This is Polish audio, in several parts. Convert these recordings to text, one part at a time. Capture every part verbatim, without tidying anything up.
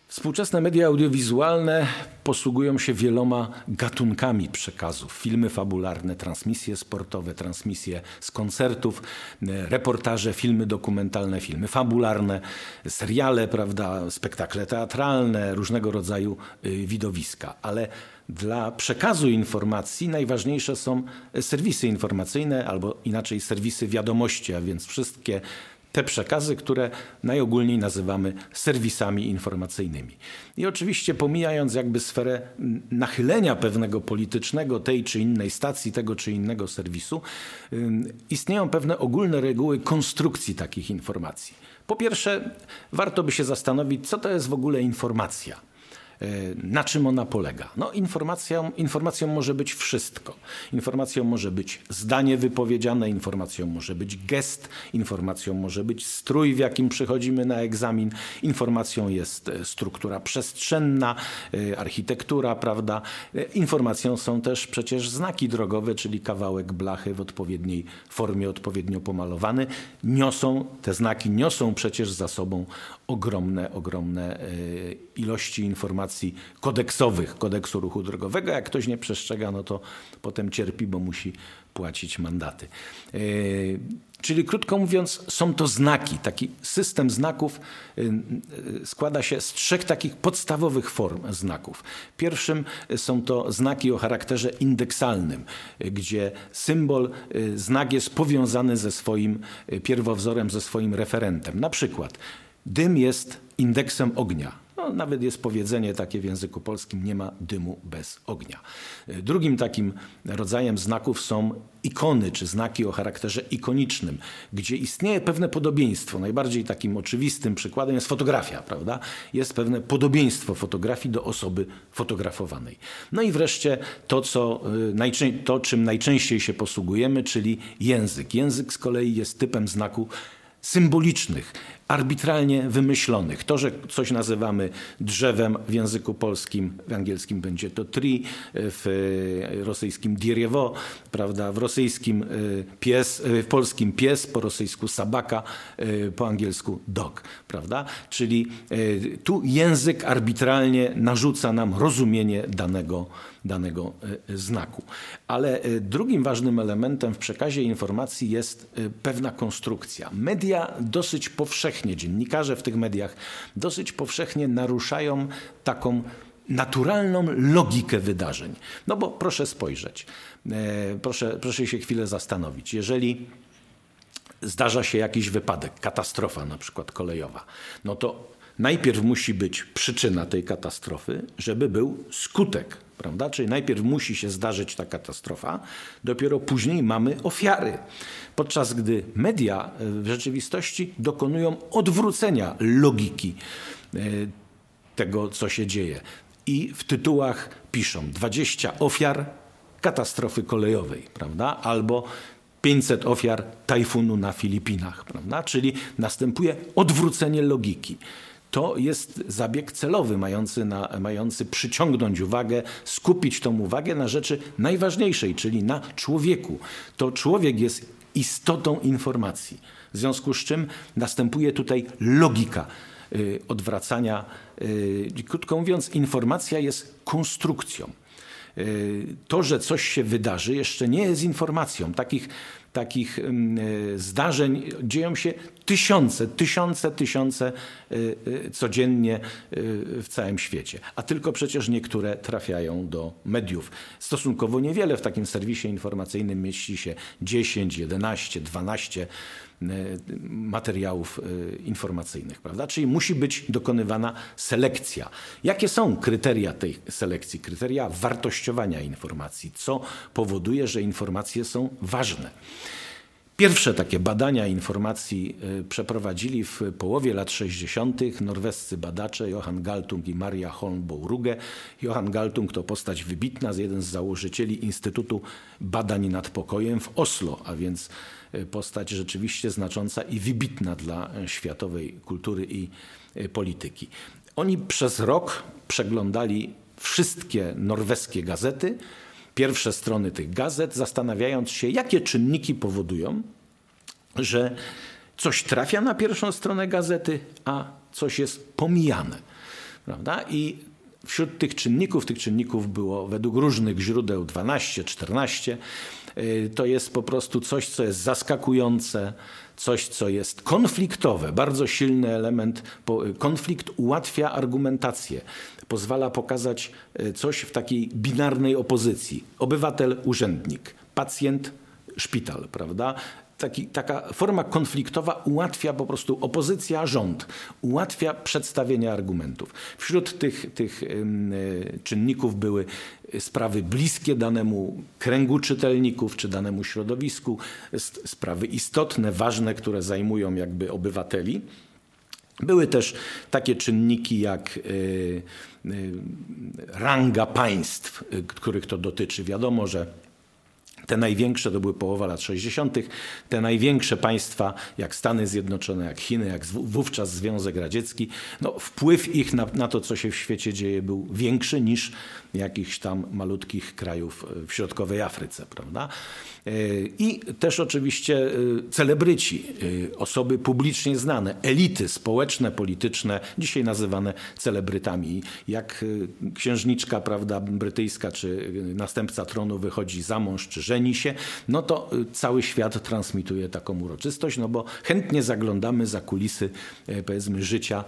Współczesne media audiowizualne posługują się wieloma gatunkami przekazów. Filmy fabularne, transmisje sportowe, transmisje z koncertów, reportaże, filmy dokumentalne, filmy fabularne, seriale, prawda, spektakle teatralne, różnego rodzaju widowiska. Ale dla przekazu informacji najważniejsze są serwisy informacyjne albo inaczej serwisy wiadomości, a więc wszystkie te przekazy, które najogólniej nazywamy serwisami informacyjnymi. I oczywiście pomijając jakby sferę nachylenia pewnego politycznego tej czy innej stacji, tego czy innego serwisu, istnieją pewne ogólne reguły konstrukcji takich informacji. Po pierwsze, warto by się zastanowić, co to jest w ogóle informacja. Na czym ona polega? No, informacją, informacją może być wszystko. Informacją może być zdanie wypowiedziane, informacją może być gest, informacją może być strój, w jakim przychodzimy na egzamin, informacją jest struktura przestrzenna, architektura, prawda? Informacją są też przecież znaki drogowe, czyli kawałek blachy w odpowiedniej formie, odpowiednio pomalowany. Niosą, te znaki niosą przecież za sobą ogromne, ogromne ilości informacji kodeksowych, kodeksu ruchu drogowego. Jak ktoś nie przestrzega, no to potem cierpi, bo musi płacić mandaty. Yy, czyli krótko mówiąc, są to znaki. Taki system znaków yy, składa się z trzech takich podstawowych form znaków. Pierwszym są to znaki o charakterze indeksalnym, yy, gdzie symbol, yy, znak jest powiązany ze swoim yy, pierwowzorem, ze swoim referentem. Na przykład dym jest indeksem ognia. No, nawet jest powiedzenie takie w języku polskim, nie ma dymu bez ognia. Drugim takim rodzajem znaków są ikony, czy znaki o charakterze ikonicznym, gdzie istnieje pewne podobieństwo. Najbardziej takim oczywistym przykładem jest fotografia, prawda? Jest pewne podobieństwo fotografii do osoby fotografowanej. No i wreszcie to, co, to czym najczęściej się posługujemy, czyli język. Język z kolei jest typem znaku symbolicznych, arbitralnie wymyślonych. To, że coś nazywamy drzewem w języku polskim, w angielskim będzie to tree, w rosyjskim dierewo, prawda, w rosyjskim pies, w polskim pies, po rosyjsku sabaka, po angielsku dog, prawda? Czyli tu język arbitralnie narzuca nam rozumienie danego, danego znaku. Ale drugim ważnym elementem w przekazie informacji jest pewna konstrukcja. Media dosyć powszechnie, dziennikarze w tych mediach dosyć powszechnie naruszają taką naturalną logikę wydarzeń. No bo proszę spojrzeć, proszę, proszę się chwilę zastanowić. Jeżeli zdarza się jakiś wypadek, katastrofa na przykład kolejowa, no to najpierw musi być przyczyna tej katastrofy, żeby był skutek, prawda? Czyli najpierw musi się zdarzyć ta katastrofa, dopiero później mamy ofiary. Podczas gdy media w rzeczywistości dokonują odwrócenia logiki tego, co się dzieje. I w tytułach piszą dwadzieścia ofiar katastrofy kolejowej, prawda? Albo pięćset ofiar tajfunu na Filipinach, prawda? Czyli następuje odwrócenie logiki. To jest zabieg celowy, mający, na, mający przyciągnąć uwagę, skupić tą uwagę na rzeczy najważniejszej, czyli na człowieku. To człowiek jest istotą informacji. W związku z czym następuje tutaj logika y, odwracania. Y, krótko mówiąc, informacja jest konstrukcją. Y, to, że coś się wydarzy, jeszcze nie jest informacją. Takich Takich zdarzeń dzieją się tysiące, tysiące, tysiące codziennie w całym świecie. A tylko przecież niektóre trafiają do mediów. Stosunkowo niewiele w takim serwisie informacyjnym mieści się dziesięć, jedenaście, dwanaście materiałów informacyjnych, prawda? Czyli musi być dokonywana selekcja. Jakie są kryteria tej selekcji? Kryteria wartościowania informacji, co powoduje, że informacje są ważne. Pierwsze takie badania informacji przeprowadzili w połowie lat sześćdziesiątych norwescy badacze Johan Galtung i Maria Holmboe-Ruge. Johan Galtung to postać wybitna, jeden z założycieli Instytutu Badań nad Pokojem w Oslo, a więc postać rzeczywiście znacząca i wybitna dla światowej kultury i polityki. Oni przez rok przeglądali wszystkie norweskie gazety, pierwsze strony tych gazet, zastanawiając się, jakie czynniki powodują, że coś trafia na pierwszą stronę gazety, a coś jest pomijane. prawda? I wśród tych czynników, tych czynników było według różnych źródeł dwanaście, czternaście. To jest po prostu coś, co jest zaskakujące, coś, co jest konfliktowe, bardzo silny element. Konflikt ułatwia argumentację, pozwala pokazać coś w takiej binarnej opozycji. Obywatel, urzędnik, pacjent, szpital, prawda? Taki, taka forma konfliktowa ułatwia po prostu opozycja, rząd, ułatwia przedstawienie argumentów. Wśród tych, tych y, czynników były sprawy bliskie danemu kręgu czytelników czy danemu środowisku, sprawy istotne, ważne, które zajmują jakby obywateli. Były też takie czynniki jak y, y, ranga państw, y, których to dotyczy. Wiadomo, że te największe to były połowa lat sześćdziesiątych. Te największe państwa jak Stany Zjednoczone, jak Chiny, jak wówczas Związek Radziecki, no wpływ ich na, na to, co się w świecie dzieje, był większy niż jakichś tam malutkich krajów w środkowej Afryce, prawda? I też oczywiście celebryci, osoby publicznie znane, elity społeczne, polityczne, dzisiaj nazywane celebrytami. Jak księżniczka, prawda, brytyjska, czy następca tronu wychodzi za mąż, czy żeni się, no to cały świat transmituje taką uroczystość, no bo chętnie zaglądamy za kulisy, powiedzmy, życia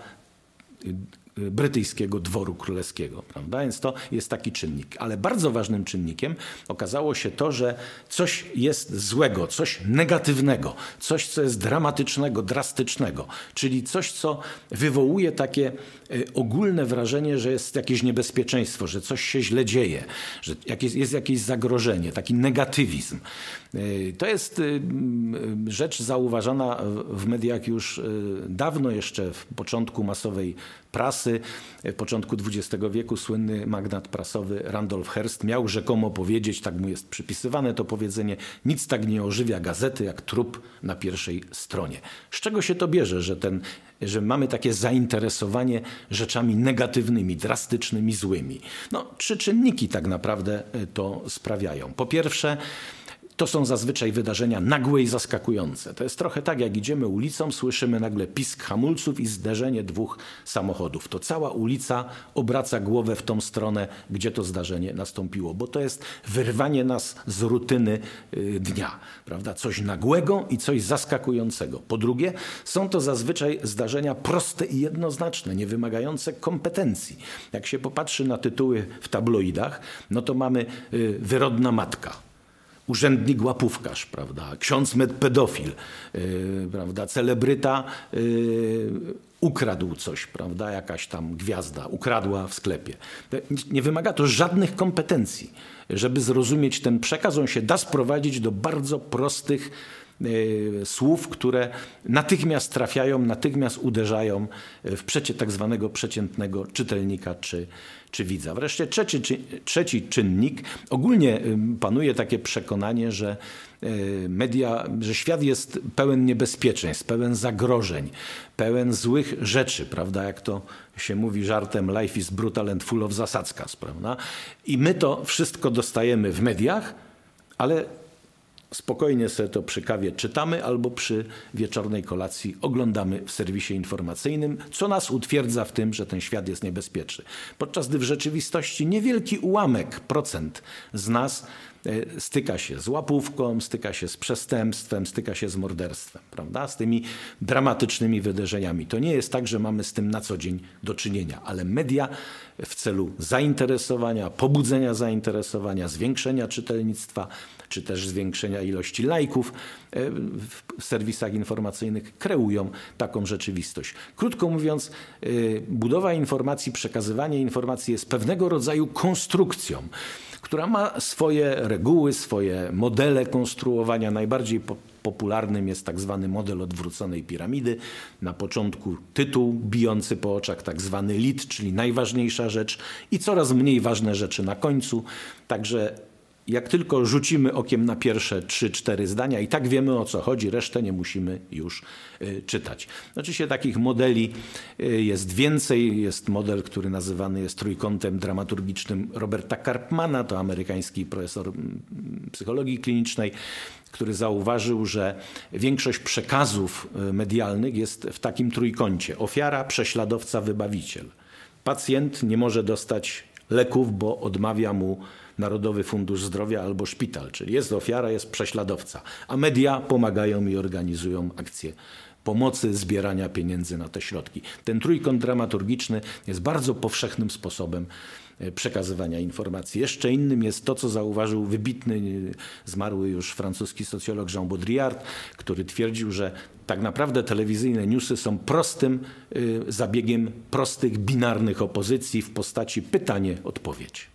brytyjskiego dworu królewskiego, prawda? Więc to jest taki czynnik. Ale bardzo ważnym czynnikiem okazało się to, że coś jest złego, coś negatywnego, coś, co jest dramatycznego, drastycznego, czyli coś, co wywołuje takie ogólne wrażenie, że jest jakieś niebezpieczeństwo, że coś się źle dzieje, że jest jakieś zagrożenie, taki negatywizm. To jest rzecz zauważana w mediach już dawno, jeszcze w początku masowej prasy. W początku dwudziestego wieku słynny magnat prasowy Randolph Hearst miał rzekomo powiedzieć, tak mu jest przypisywane to powiedzenie, nic tak nie ożywia gazety jak trup na pierwszej stronie. Z czego się to bierze, że, ten, że mamy takie zainteresowanie rzeczami negatywnymi, drastycznymi, złymi? No, trzy czynniki tak naprawdę to sprawiają. Po pierwsze, to są zazwyczaj wydarzenia nagłe i zaskakujące. To jest trochę tak, jak idziemy ulicą, słyszymy nagle pisk hamulców i zderzenie dwóch samochodów. To cała ulica obraca głowę w tą stronę, gdzie to zdarzenie nastąpiło, bo to jest wyrwanie nas z rutyny dnia, prawda? Coś nagłego i coś zaskakującego. Po drugie, są to zazwyczaj zdarzenia proste i jednoznaczne, nie wymagające kompetencji. Jak się popatrzy na tytuły w tabloidach, no to mamy wyrodna matka, urzędnik łapówkarz, prawda? Ksiądz pedofil, yy, prawda? Celebryta yy, ukradł coś, prawda? Jakaś tam gwiazda ukradła w sklepie. Nie wymaga to żadnych kompetencji. Żeby zrozumieć ten przekaz, on się da sprowadzić do bardzo prostych yy, słów, które natychmiast trafiają, natychmiast uderzają w przecie tak zwanego przeciętnego czytelnika czy czy widza. Wreszcie trzeci, czy, trzeci czynnik. Ogólnie panuje takie przekonanie, że media, że świat jest pełen niebezpieczeństw, pełen zagrożeń, pełen złych rzeczy, prawda? Jak to się mówi żartem, life is brutal and full of zasadzkas, prawda? I my to wszystko dostajemy w mediach, ale spokojnie sobie to przy kawie czytamy albo przy wieczornej kolacji oglądamy w serwisie informacyjnym, co nas utwierdza w tym, że ten świat jest niebezpieczny. Podczas gdy w rzeczywistości niewielki ułamek, procent z nas styka się z łapówką, styka się z przestępstwem, styka się z morderstwem, prawda? Z tymi dramatycznymi wydarzeniami. To nie jest tak, że mamy z tym na co dzień do czynienia, ale media w celu zainteresowania, pobudzenia zainteresowania, zwiększenia czytelnictwa, czy też zwiększenia ilości lajków w serwisach informacyjnych kreują taką rzeczywistość. Krótko mówiąc, budowa informacji, przekazywanie informacji jest pewnego rodzaju konstrukcją, która ma swoje reguły, swoje modele konstruowania. Najbardziej po popularnym jest tak zwany model odwróconej piramidy. Na początku tytuł bijący po oczach, tak zwany lead, czyli najważniejsza rzecz i coraz mniej ważne rzeczy na końcu. Także jak tylko rzucimy okiem na pierwsze trzy, cztery zdania i tak wiemy, o co chodzi, resztę nie musimy już y, czytać. Oczywiście takich modeli y, jest więcej. Jest model, który nazywany jest trójkątem dramaturgicznym Roberta Karpmana, to amerykański profesor y, psychologii klinicznej, który zauważył, że większość przekazów medialnych jest w takim trójkącie: ofiara, prześladowca, wybawiciel. Pacjent nie może dostać leków, bo odmawia mu Narodowy Fundusz Zdrowia albo szpital, czyli jest ofiara, jest prześladowca, a media pomagają i organizują akcje pomocy, zbierania pieniędzy na te środki. Ten trójkąt dramaturgiczny jest bardzo powszechnym sposobem przekazywania informacji. Jeszcze innym jest to, co zauważył wybitny, zmarły już francuski socjolog Jean Baudrillard, który twierdził, że tak naprawdę telewizyjne newsy są prostym zabiegiem prostych, binarnych opozycji w postaci pytanie-odpowiedź.